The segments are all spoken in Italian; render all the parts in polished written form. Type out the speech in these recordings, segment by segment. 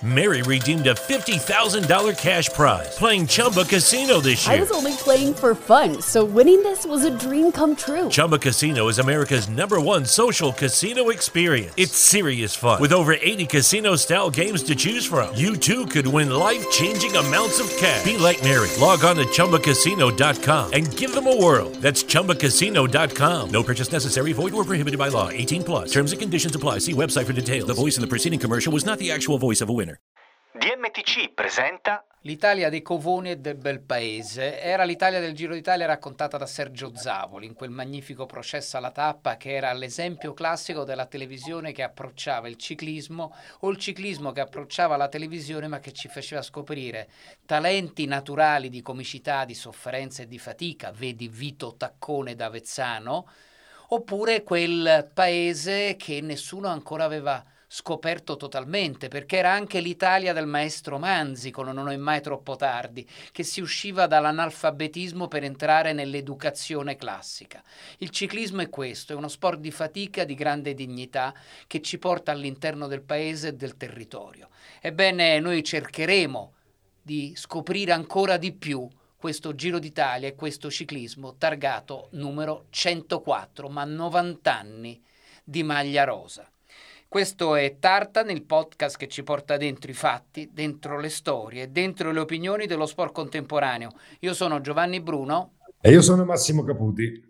Mary redeemed a $50,000 cash prize playing Chumba Casino this year. I was only playing for fun, so winning this was a dream come true. Chumba Casino is America's #1 social casino experience. It's serious fun. With over 80 casino-style games to choose from, you too could win life-changing amounts of cash. Be like Mary. Log on to ChumbaCasino.com and give them a whirl. That's ChumbaCasino.com. No purchase necessary. Void where prohibited by law. 18 plus. Terms and conditions apply. See website for details. The voice in the preceding commercial was not the actual voice of a winner. DMTC presenta L'Italia dei Covoni e del bel paese. Era l'Italia del Giro d'Italia raccontata da Sergio Zavoli in quel magnifico Processo alla tappa, che era l'esempio classico della televisione che approcciava il ciclismo, o il ciclismo che approcciava la televisione ma che ci faceva scoprire talenti naturali di comicità, di sofferenza e di fatica, vedi Vito Taccone d'Avezzano, oppure quel paese che nessuno ancora aveva scoperto totalmente, perché era anche l'Italia del maestro Manzi con Non è mai troppo tardi, che si usciva dall'analfabetismo per entrare nell'educazione classica. Il ciclismo è questo, è uno sport di fatica, di grande dignità, che ci porta all'interno del paese e del territorio. Ebbene, noi cercheremo di scoprire ancora di più questo Giro d'Italia e questo ciclismo targato numero 104, ma 90 anni di maglia rosa. Questo è Tartan, il podcast che ci porta dentro i fatti, dentro le storie, dentro le opinioni dello sport contemporaneo. Io sono Giovanni Bruno. E io sono Massimo Caputi.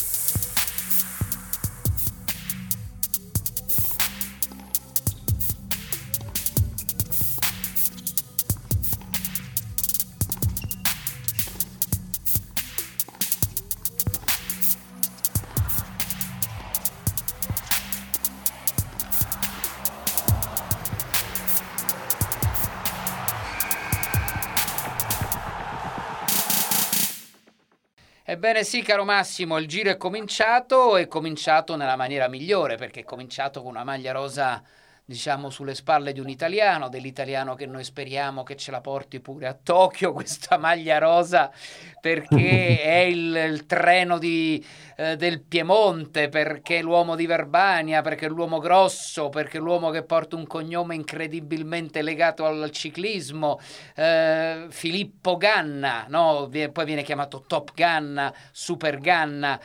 Ebbene sì, caro Massimo, il giro è cominciato nella maniera migliore, perché è cominciato con una maglia rosa, diciamo, sulle spalle di un italiano, dell'italiano che noi speriamo che ce la porti pure a Tokyo, questa maglia rosa, perché è il treno del Piemonte, perché è l'uomo di Verbania, perché è l'uomo grosso, perché è l'uomo che porta un cognome incredibilmente legato al ciclismo, Filippo Ganna, no? Poi viene chiamato Top Ganna, Super Ganna,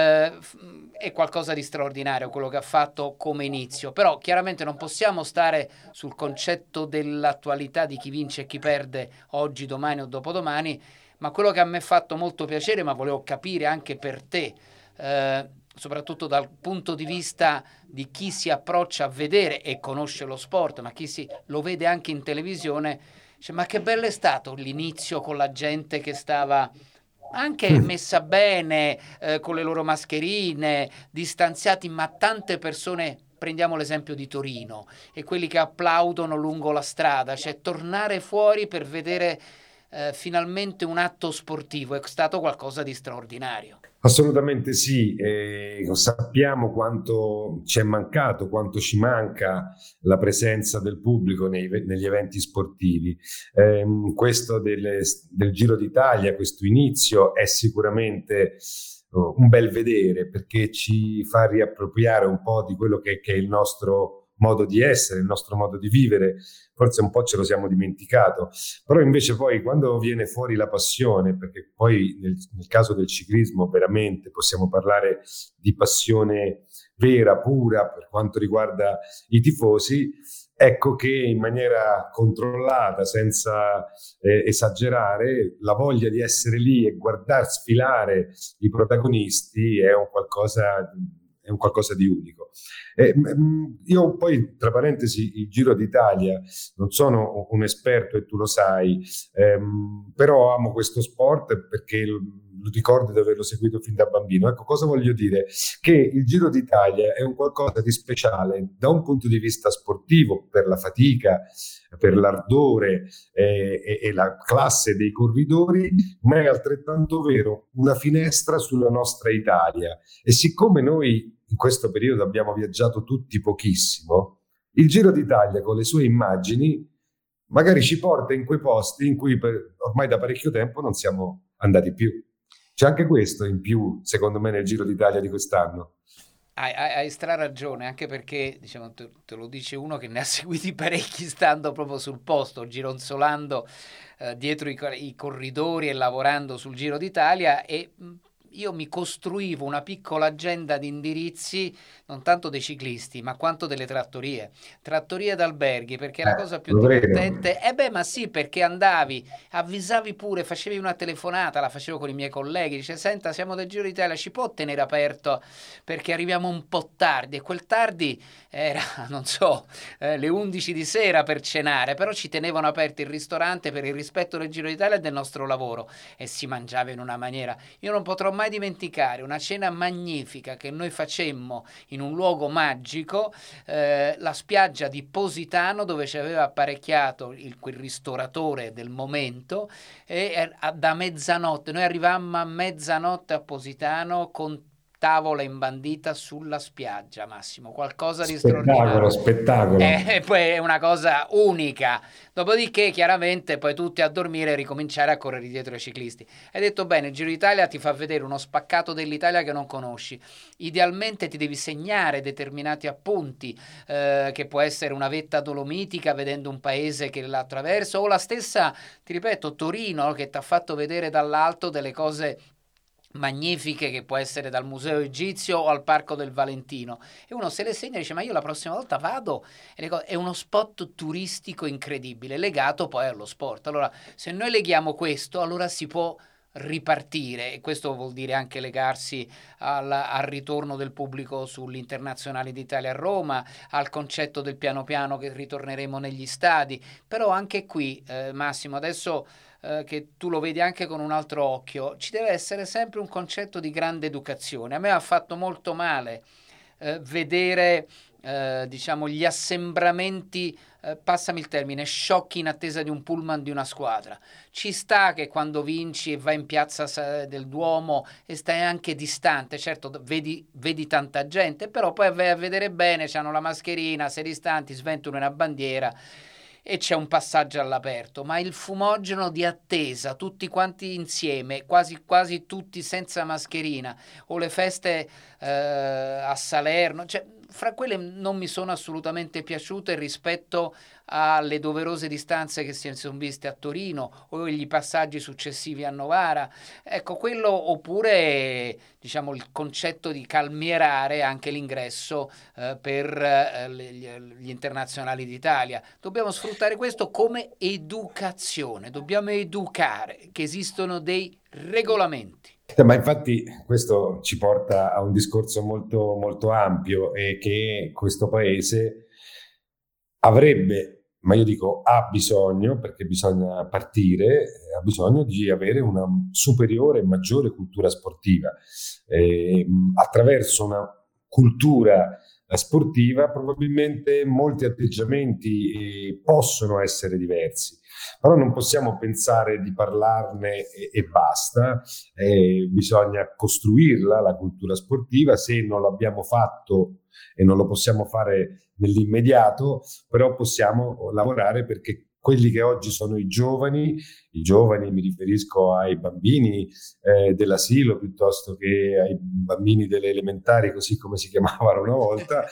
è qualcosa di straordinario quello che ha fatto come inizio, però chiaramente non possiamo stare sul concetto dell'attualità di chi vince e chi perde oggi, domani o dopodomani, ma quello che a me ha fatto molto piacere, ma volevo capire anche per te, soprattutto dal punto di vista di chi si approccia a vedere e conosce lo sport, ma chi lo vede anche in televisione, dice, ma che bello è stato l'inizio con la gente che stava anche messa bene, con le loro mascherine, distanziati, ma tante persone. Prendiamo l'esempio di Torino e quelli che applaudono lungo la strada, cioè tornare fuori per vedere finalmente un atto sportivo è stato qualcosa di straordinario. Assolutamente sì, sappiamo quanto ci è mancato, quanto ci manca la presenza del pubblico negli eventi sportivi. Questo del Giro d'Italia, questo inizio è sicuramente un bel vedere, perché ci fa riappropriare un po' di quello che è il nostro modo di essere, il nostro modo di vivere. Forse un po' ce lo siamo dimenticato, però invece poi quando viene fuori la passione, perché poi nel caso del ciclismo veramente possiamo parlare di passione vera, pura per quanto riguarda i tifosi, ecco che in maniera controllata, senza esagerare, la voglia di essere lì e guardare sfilare i protagonisti è un qualcosa di unico. Io poi, tra parentesi, il Giro d'Italia, non sono un esperto e tu lo sai, però amo questo sport perché lo ricordo di averlo seguito fin da bambino. Ecco, cosa voglio dire? Che il Giro d'Italia è un qualcosa di speciale da un punto di vista sportivo, per la fatica, per l'ardore e la classe dei corridori, ma è altrettanto vero una finestra sulla nostra Italia. E siccome noi in questo periodo abbiamo viaggiato tutti pochissimo, il Giro d'Italia con le sue immagini magari ci porta in quei posti in cui ormai da parecchio tempo non siamo andati più. C'è anche questo in più, secondo me, nel Giro d'Italia di quest'anno. Hai ragione, anche perché diciamo, te lo dice uno che ne ha seguiti parecchi stando proprio sul posto, gironzolando dietro i corridori e lavorando sul Giro d'Italia e io mi costruivo una piccola agenda di indirizzi non tanto dei ciclisti ma quanto delle trattorie ed alberghi, perché la cosa più Lo credo. divertente ma sì, perché andavi, avvisavi pure, facevi una telefonata, la facevo con i miei colleghi, dice senta siamo del Giro d'Italia, ci può tenere aperto perché arriviamo un po' tardi, e quel tardi era non so le 11 di sera per cenare, però ci tenevano aperti il ristorante per il rispetto del Giro d'Italia e del nostro lavoro, e si mangiava in una maniera, io non potrò mai dimenticare una cena magnifica che noi facemmo in un luogo magico, la spiaggia di Positano, dove ci aveva apparecchiato quel ristoratore del momento, e da mezzanotte noi arrivammo a mezzanotte a Positano con tavola imbandita sulla spiaggia, Massimo, qualcosa di straordinario. Spettacolo. E poi è una cosa unica. Dopodiché, chiaramente, poi tutti a dormire e ricominciare a correre dietro ai ciclisti. Hai detto bene, il Giro d'Italia ti fa vedere uno spaccato dell'Italia che non conosci. Idealmente ti devi segnare determinati appunti, che può essere una vetta dolomitica vedendo un paese che la attraversa, o la stessa, ti ripeto, Torino, che ti ha fatto vedere dall'alto delle cose magnifiche, che può essere dal museo egizio o al parco del Valentino, e uno se le segna e dice ma io la prossima volta vado, e è uno spot turistico incredibile legato poi allo sport. Allora se noi leghiamo questo, allora si può ripartire, e questo vuol dire anche legarsi al ritorno del pubblico sull'Internazionale d'Italia a Roma, al concetto del piano piano che ritorneremo negli stadi. Però anche qui Massimo, adesso che tu lo vedi anche con un altro occhio, ci deve essere sempre un concetto di grande educazione. A me ha fatto molto male vedere diciamo gli assembramenti, passami il termine, sciocchi in attesa di un pullman di una squadra. Ci sta che quando vinci e vai in piazza del Duomo e stai anche distante, certo vedi tanta gente, però poi vai a vedere bene, c'hanno la mascherina, sei distanti, sventano una bandiera e c'è un passaggio all'aperto, ma il fumogeno di attesa, tutti quanti insieme, quasi tutti senza mascherina, o le feste a Salerno, cioè fra quelle non mi sono assolutamente piaciute rispetto alle doverose distanze che si sono viste a Torino o gli passaggi successivi a Novara. Ecco, quello, oppure diciamo il concetto di calmierare anche l'ingresso per gli internazionali d'Italia. Dobbiamo sfruttare questo come educazione, dobbiamo educare che esistono dei regolamenti. Ma infatti questo ci porta a un discorso molto, molto ampio, e che questo paese avrebbe, ma io dico ha bisogno, perché bisogna partire, ha bisogno di avere una superiore e maggiore cultura sportiva. Attraverso una cultura sportiva probabilmente molti atteggiamenti possono essere diversi. Però non possiamo pensare di parlarne e basta, bisogna costruirla la cultura sportiva. Se non l'abbiamo fatto e non lo possiamo fare nell'immediato, però possiamo lavorare perché quelli che oggi sono i giovani mi riferisco ai bambini dell'asilo piuttosto che ai bambini delle elementari, così come si chiamavano una volta,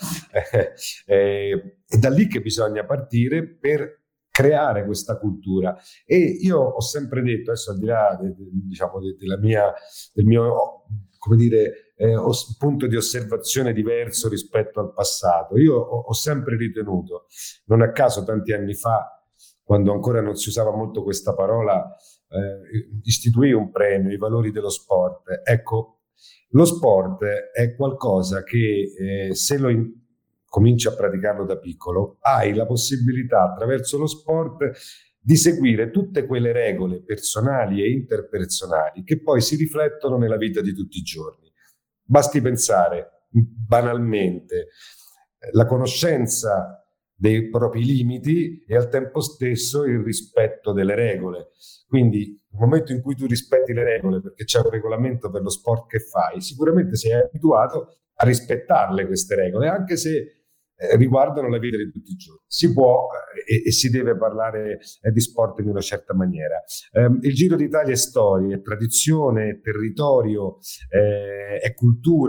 è da lì che bisogna partire per creare questa cultura. E io ho sempre detto, adesso al di là diciamo del mio, come dire, punto di osservazione diverso rispetto al passato, io ho sempre ritenuto, non a caso tanti anni fa, quando ancora non si usava molto questa parola, istituì un premio, i valori dello sport. Ecco, lo sport è qualcosa che se lo cominci a praticarlo da piccolo, hai la possibilità attraverso lo sport di seguire tutte quelle regole personali e interpersonali che poi si riflettono nella vita di tutti i giorni. Basti pensare banalmente la conoscenza dei propri limiti e al tempo stesso il rispetto delle regole. Quindi nel momento in cui tu rispetti le regole perché c'è un regolamento per lo sport che fai, sicuramente sei abituato a rispettarle queste regole, anche se riguardano la vita di tutti i giorni. Si può e si deve parlare di sport in una certa maniera. Il Giro d'Italia è storia, è tradizione, è territorio, è cultura,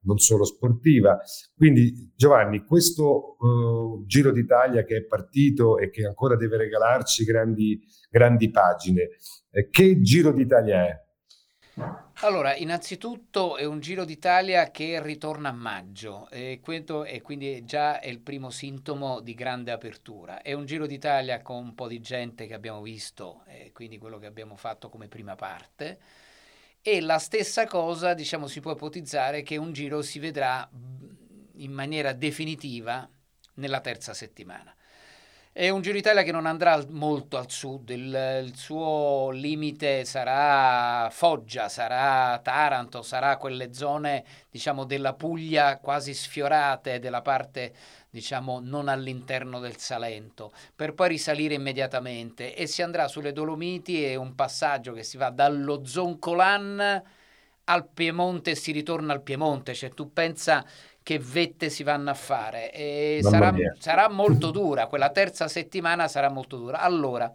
non solo sportiva. Quindi Giovanni, questo Giro d'Italia che è partito e che ancora deve regalarci grandi pagine, che Giro d'Italia è? Allora, innanzitutto è un Giro d'Italia che ritorna a maggio e quindi già è il primo sintomo di grande apertura. È un Giro d'Italia con un po' di gente che abbiamo visto, quindi quello che abbiamo fatto come prima parte. E la stessa cosa, diciamo, si può ipotizzare che un Giro si vedrà in maniera definitiva nella terza settimana. È un Giro d'Italia che non andrà molto al sud, il suo limite sarà Foggia, sarà Taranto, sarà quelle zone, diciamo, della Puglia quasi sfiorate, della parte, diciamo, non all'interno del Salento, per poi risalire immediatamente e si andrà sulle Dolomiti. È un passaggio che si va dallo Zoncolan al Piemonte e si ritorna al Piemonte, cioè tu pensa che vette si vanno a fare e sarà molto dura, quella terza settimana sarà molto dura. Allora,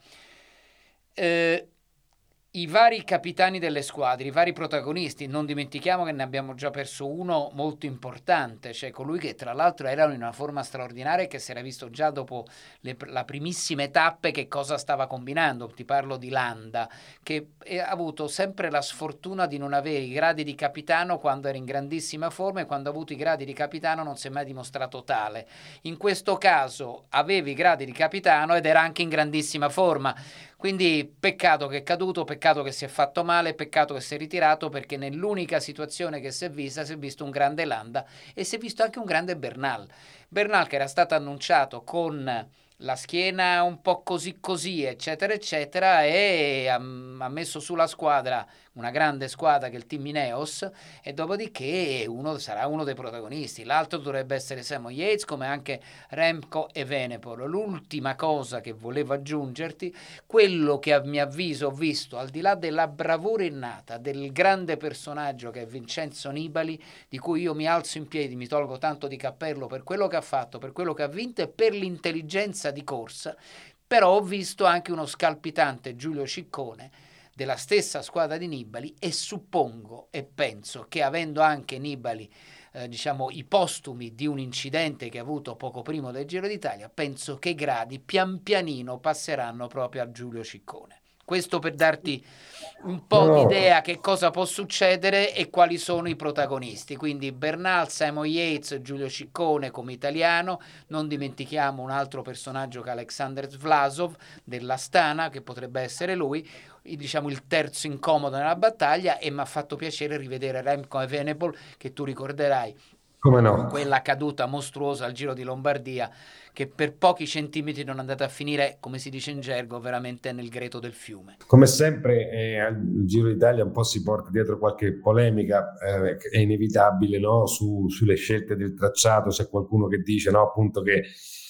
i vari capitani delle squadre, i vari protagonisti, non dimentichiamo che ne abbiamo già perso uno molto importante, cioè colui che tra l'altro era in una forma straordinaria e che si era visto già dopo la primissime tappe che cosa stava combinando. Ti parlo di Landa, che ha avuto sempre la sfortuna di non avere i gradi di capitano quando era in grandissima forma, e quando ha avuto i gradi di capitano non si è mai dimostrato tale. In questo caso aveva i gradi di capitano ed era anche in grandissima forma. Quindi peccato che è caduto, peccato che si è fatto male, peccato che si è ritirato, perché nell'unica situazione che si è visto un grande Landa e si è visto anche un grande Bernal. Bernal che era stato annunciato con la schiena un po' così, eccetera, eccetera, e ha messo sulla squadra, una grande squadra che è il Team Ineos, e dopodiché sarà uno dei protagonisti. L'altro dovrebbe essere Simon Yates, come anche Remco e Evenepoel. L'ultima cosa che volevo aggiungerti, quello che a mio avviso ho visto, al di là della bravura innata del grande personaggio che è Vincenzo Nibali, di cui io mi alzo in piedi, mi tolgo tanto di cappello per quello che ha fatto, per quello che ha vinto e per l'intelligenza di corsa, però ho visto anche uno scalpitante Giulio Ciccone della stessa squadra di Nibali, e suppongo e penso che, avendo anche Nibali diciamo i postumi di un incidente che ha avuto poco prima del Giro d'Italia, penso che i gradi pian pianino passeranno proprio a Giulio Ciccone. Questo per darti un po' di idea che cosa può succedere e quali sono i protagonisti. Quindi Bernal, Simon Yates, Giulio Ciccone come italiano. Non dimentichiamo un altro personaggio che è Alexander Vlasov dell'Astana, che potrebbe essere lui, diciamo il terzo incomodo nella battaglia. E mi ha fatto piacere rivedere Remco Evenepoel, che tu ricorderai, come no, quella caduta mostruosa al Giro di Lombardia, che per pochi centimetri non è andata a finire, come si dice in gergo, veramente nel greto del fiume. Come sempre al Giro d'Italia un po' si porta dietro qualche polemica, è inevitabile, no? Sulle scelte del tracciato. C'è qualcuno che dice, no, appunto che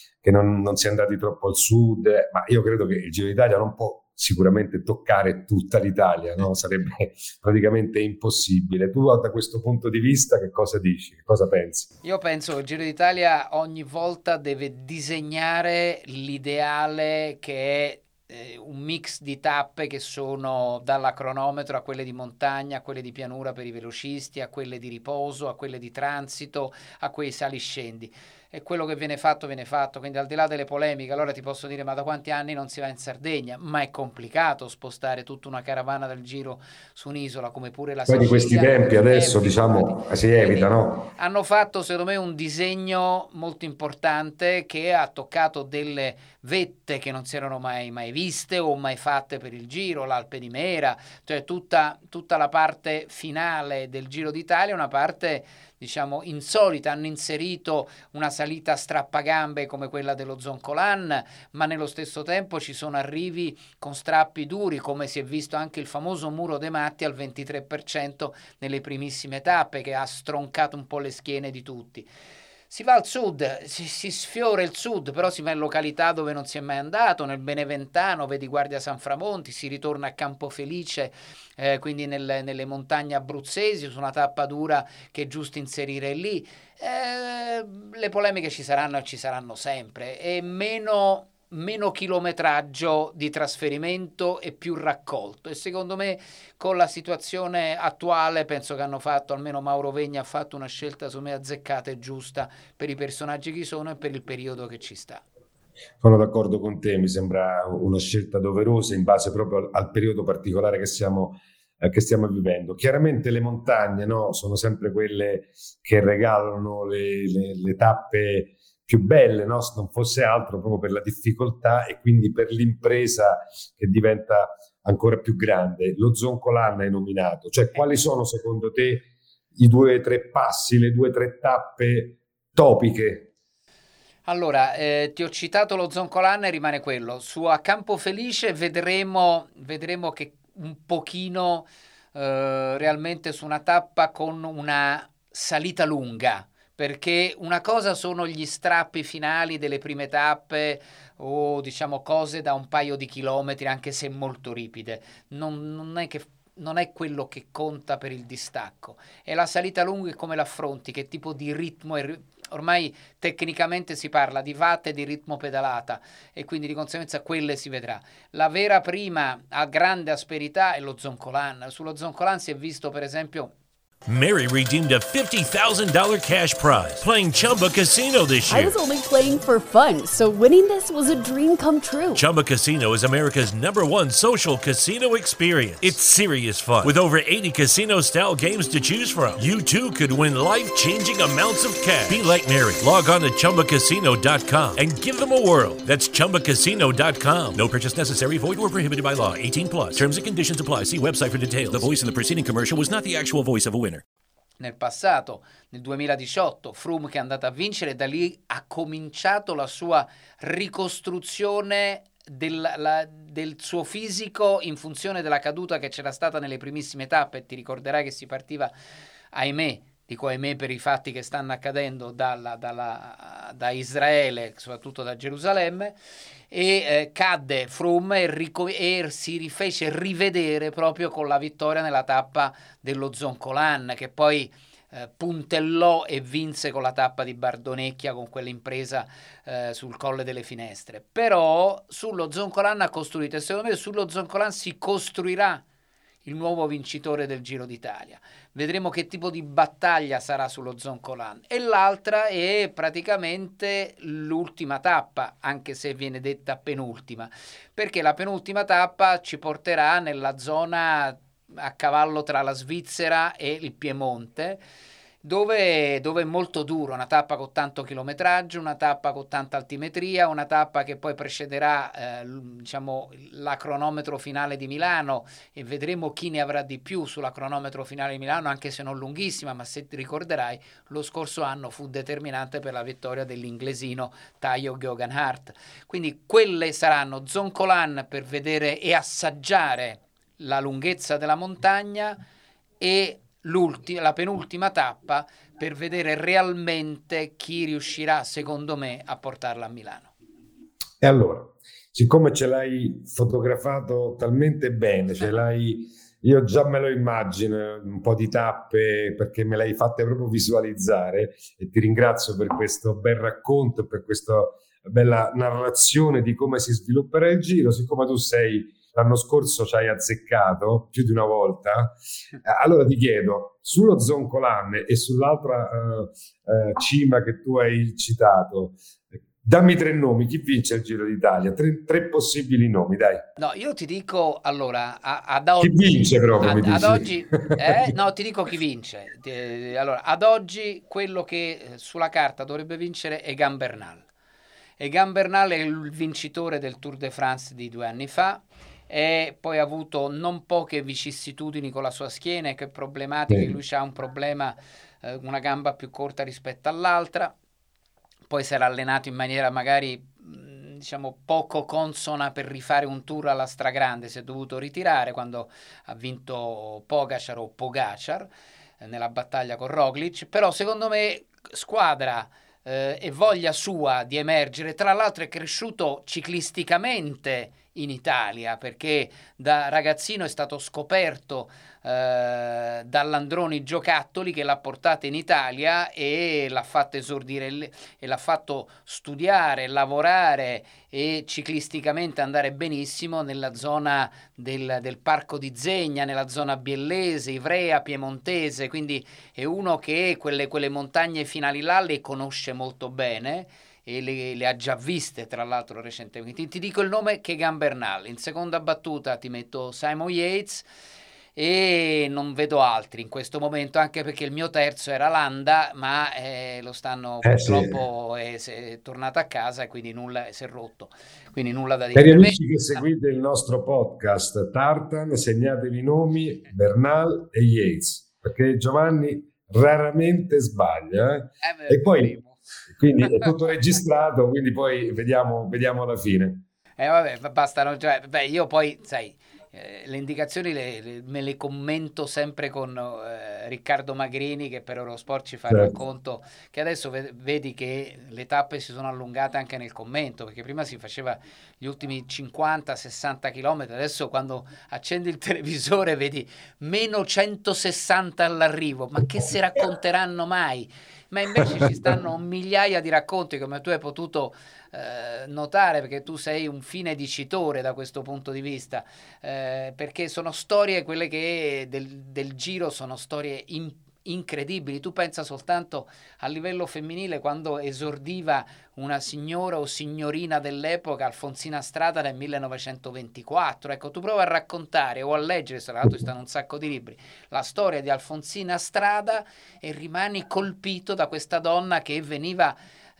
non si è andati troppo al sud, ma io credo che il Giro d'Italia non può sicuramente toccare tutta l'Italia, no? Sarebbe praticamente impossibile. Tu da questo punto di vista che cosa dici? Che cosa pensi? Io penso che il Giro d'Italia ogni volta deve disegnare l'ideale, che è un mix di tappe che sono dalla cronometro a quelle di montagna, a quelle di pianura per i velocisti, a quelle di riposo, a quelle di transito, a quei saliscendi. E quello che viene fatto, quindi al di là delle polemiche, allora ti posso dire, ma da quanti anni non si va in Sardegna? Ma è complicato spostare tutta una caravana del Giro su un'isola, come pure la Sicilia. Poi di questi tempi adesso diciamo si evita, no? Hanno fatto secondo me un disegno molto importante che ha toccato delle vette che non si erano mai viste o mai fatte per il Giro, l'Alpe di Mera, cioè tutta la parte finale del Giro d'Italia, una parte diciamo insolita. Hanno inserito una salita a strappagambe come quella dello Zoncolan, ma nello stesso tempo ci sono arrivi con strappi duri, come si è visto anche il famoso Muro dei Matti al 23% nelle primissime tappe, che ha stroncato un po' le schiene di tutti. Si va al sud, si sfiora il sud, però si va in località dove non si è mai andato, nel Beneventano, vedi Guardia San Framonti, si ritorna a Campofelice, quindi nelle montagne abruzzesi, su una tappa dura che è giusto inserire lì. Le polemiche ci saranno e ci saranno sempre, e meno meno chilometraggio di trasferimento e più raccolto, e secondo me con la situazione attuale penso che hanno fatto, almeno Mauro Vegna ha fatto una scelta secondo me azzeccata e giusta per i personaggi che sono e per il periodo che ci sta. Sono d'accordo con te, mi sembra una scelta doverosa in base proprio al periodo particolare che stiamo vivendo. Chiaramente le montagne, no, sono sempre quelle che regalano le tappe più belle, no? Se non fosse altro proprio per la difficoltà e quindi per l'impresa che diventa ancora più grande. Lo Zoncolan hai nominato, cioè quali sono secondo te i 2 o 3 passi, le 2 o 3 tappe topiche? Allora, ti ho citato lo Zoncolan e rimane quello. A Campofelice vedremo che un pochino realmente su una tappa con una salita lunga, perché una cosa sono gli strappi finali delle prime tappe o diciamo cose da un paio di chilometri, anche se molto ripide. Non è quello che conta per il distacco, è la salita lunga e come l'affronti, che tipo di ritmo ormai tecnicamente si parla di watt e di ritmo pedalata e quindi di conseguenza quelle si vedrà. La vera prima a grande asperità è lo Zoncolan. Sullo Zoncolan si è visto per esempio Mary redeemed a $50,000 cash prize playing Chumba Casino this I year. was only playing for fun, so winning this was a dream come true. Chumba Casino is America's #1 social casino experience. It's serious fun. With over 80 casino-style games to choose from, you too could win life-changing amounts of cash. Be like Mary. Log on to ChumbaCasino.com and give them a whirl. That's ChumbaCasino.com. No purchase necessary. Void where prohibited by law. 18 plus. Terms and conditions apply. See website for details. The voice in the preceding commercial was not the actual voice of a winner. nel passato, nel 2018, Froome che è andato a vincere, da lì ha cominciato la sua ricostruzione del suo fisico in funzione della caduta che c'era stata nelle primissime tappe. Ti ricorderai che si partiva, ahimè, dico ahimè per i fatti che stanno accadendo da Israele, soprattutto da Gerusalemme, e cadde Froome e si rifece rivedere proprio con la vittoria nella tappa dello Zoncolan, che poi puntellò e vinse con la tappa di Bardonecchia, con quell'impresa sul Colle delle Finestre. Però sullo Zoncolan ha costruito, e secondo me sullo Zoncolan si costruirà il nuovo vincitore del Giro d'Italia. Vedremo che tipo di battaglia sarà sullo Zoncolan. E l'altra è praticamente l'ultima tappa, anche se viene detta penultima, perché la penultima tappa ci porterà nella zona a cavallo tra la Svizzera e il Piemonte, dove è molto duro, una tappa con tanto chilometraggio, una tappa con tanta altimetria, una tappa che poi precederà la cronometro finale di Milano, e vedremo chi ne avrà di più sulla cronometro finale di Milano, anche se non lunghissima, ma se ti ricorderai lo scorso anno fu determinante per la vittoria dell'inglesino Tadej Geoghegan-Hart. Quindi quelle saranno Zoncolan per vedere e assaggiare la lunghezza della montagna, e la penultima tappa per vedere realmente chi riuscirà, secondo me, a portarla a Milano. E allora, siccome ce l'hai fotografato talmente bene, io già me lo immagino, un po' di tappe, perché me l'hai fatta proprio visualizzare, e ti ringrazio per questo bel racconto, per questa bella narrazione di come si svilupperà il Giro. Siccome tu l'anno scorso ci hai azzeccato più di una volta, allora ti chiedo, sullo Zoncolan e sull'altra cima che tu hai citato, dammi 3 nomi, chi vince il Giro d'Italia? 3 possibili nomi, dai. No, io ti dico, allora, ad oggi... Chi vince proprio, mi dici? Ad oggi, no, ti dico chi vince. Allora, ad oggi quello che sulla carta dovrebbe vincere è Egan Bernal. Egan Bernal è il vincitore del Tour de France di 2 anni fa, e poi ha avuto non poche vicissitudini con la sua schiena, che problematiche, lui ha un problema, una gamba più corta rispetto all'altra, poi si era allenato in maniera magari poco consona per rifare un Tour alla stragrande, si è dovuto ritirare quando ha vinto Pogacar nella battaglia con Roglic. Però secondo me squadra e voglia sua di emergere, tra l'altro è cresciuto ciclisticamente in Italia, perché da ragazzino è stato scoperto Dallandroni Giocattoli, che l'ha portata in Italia e l'ha fatta esordire e l'ha fatto studiare, lavorare e ciclisticamente andare benissimo nella zona del Parco di Zegna, nella zona biellese, Ivrea, piemontese, quindi è uno che quelle montagne finali là le conosce molto bene e le ha già viste, tra l'altro, recentemente. Ti dico il nome: Kegan Bernal. In seconda battuta ti metto Simon Yates e non vedo altri in questo momento, anche perché il mio terzo era Landa, ma lo stanno purtroppo è tornato a casa e quindi nulla, si è rotto, quindi nulla da dire. Per gli amici che seguite il nostro podcast Tartan, segnatevi i nomi Bernal e Yates, perché Giovanni raramente sbaglia, e poi quindi è tutto registrato, quindi poi vediamo alla fine. Vabbè, bastano, cioè, io poi, sai, le indicazioni me le commento sempre con Riccardo Magrini, che per Eurosport ci fa il racconto, che adesso vedi che le tappe si sono allungate anche nel commento, perché prima si faceva gli ultimi 50-60 km, adesso quando accendi il televisore vedi meno 160 all'arrivo, ma che si racconteranno mai? Ma invece ci stanno migliaia di racconti, come tu hai potuto notare, perché tu sei un fine dicitore da questo punto di vista, perché sono storie, quelle che del Giro sono storie incredibili. Tu pensa soltanto a livello femminile, quando esordiva una signora o signorina dell'epoca, Alfonsina Strada, nel 1924. Ecco, tu prova a raccontare o a leggere, tra l'altro stanno un sacco di libri, la storia di Alfonsina Strada e rimani colpito da questa donna che veniva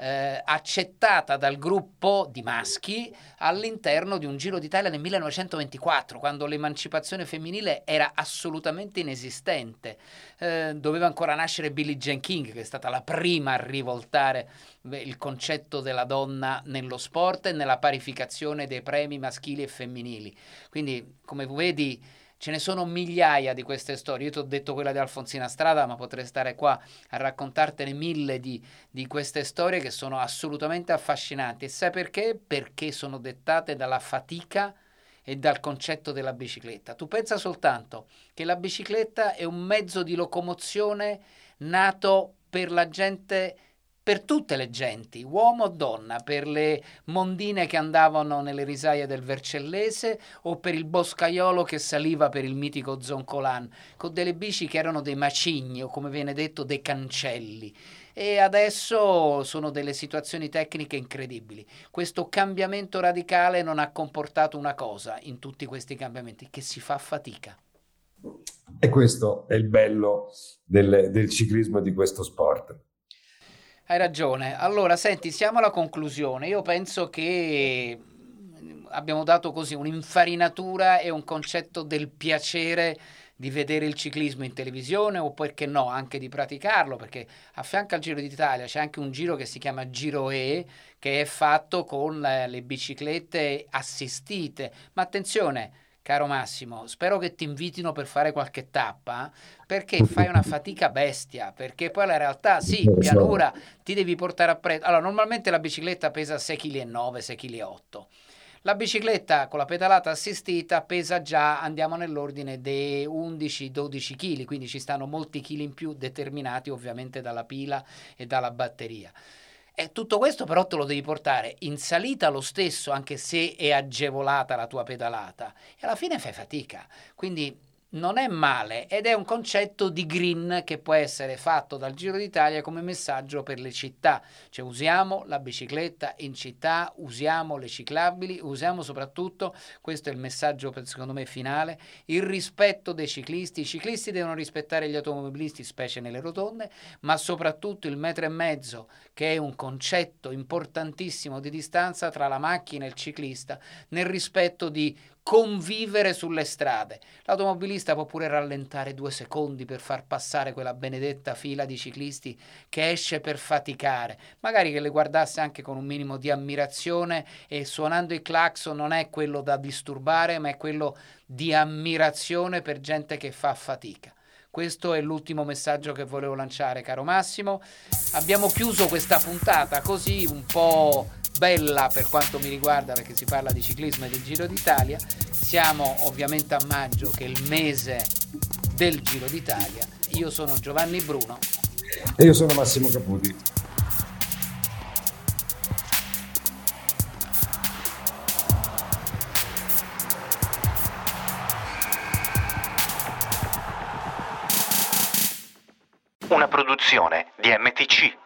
accettata dal gruppo di maschi all'interno di un Giro d'Italia nel 1924, quando l'emancipazione femminile era assolutamente inesistente. Doveva ancora nascere Billie Jean King, che è stata la prima a rivoltare il concetto della donna nello sport e nella parificazione dei premi maschili e femminili. Quindi, come vedi, ce ne sono migliaia di queste storie. Io ti ho detto quella di Alfonsina Strada, ma potrei stare qua a raccontartene mille di queste storie che sono assolutamente affascinanti. E sai perché? Perché sono dettate dalla fatica e dal concetto della bicicletta. Tu pensa soltanto che la bicicletta è un mezzo di locomozione nato per la gente, per tutte le genti, uomo o donna, per le mondine che andavano nelle risaie del Vercellese o per il boscaiolo che saliva per il mitico Zoncolan, con delle bici che erano dei macigni o, come viene detto, dei cancelli. E adesso sono delle situazioni tecniche incredibili. Questo cambiamento radicale non ha comportato una cosa in tutti questi cambiamenti: che si fa fatica. E questo è il bello del ciclismo e di questo sport. Hai ragione. Allora, senti, siamo alla conclusione. Io penso che abbiamo dato così un'infarinatura e un concetto del piacere di vedere il ciclismo in televisione, o perché no, anche di praticarlo, perché a fianco al Giro d'Italia c'è anche un giro che si chiama Giro E, che è fatto con le biciclette assistite. Ma attenzione, caro Massimo, spero che ti invitino per fare qualche tappa, perché fai una fatica bestia, perché poi la realtà, sì, in pianura ti devi portare appresso. Allora, normalmente la bicicletta pesa 6,9 kg, 6,8 kg. La bicicletta con la pedalata assistita pesa già, andiamo nell'ordine dei 11-12 kg, quindi ci stanno molti chili in più, determinati ovviamente dalla pila e dalla batteria. E tutto questo però te lo devi portare in salita lo stesso, anche se è agevolata la tua pedalata, e alla fine fai fatica. Quindi non è male, ed è un concetto di green che può essere fatto dal Giro d'Italia come messaggio per le città. Cioè, usiamo la bicicletta in città, usiamo le ciclabili, usiamo soprattutto, questo è il messaggio secondo me finale, il rispetto dei ciclisti. I ciclisti devono rispettare gli automobilisti, specie nelle rotonde, ma soprattutto il 1,5 metri, che è un concetto importantissimo di distanza tra la macchina e il ciclista, nel rispetto di convivere sulle strade. L'automobilista può pure rallentare 2 secondi per far passare quella benedetta fila di ciclisti che esce per faticare, magari che le guardasse anche con un minimo di ammirazione, e suonando il clacson non è quello da disturbare, ma è quello di ammirazione per gente che fa fatica. Questo è l'ultimo messaggio che volevo lanciare, caro Massimo. Abbiamo chiuso questa puntata così un po' bella per quanto mi riguarda, perché si parla di ciclismo e del Giro d'Italia. Siamo ovviamente a maggio, che è il mese del Giro d'Italia. Io sono Giovanni Bruno. E io sono Massimo Caputi. Una produzione di MTC.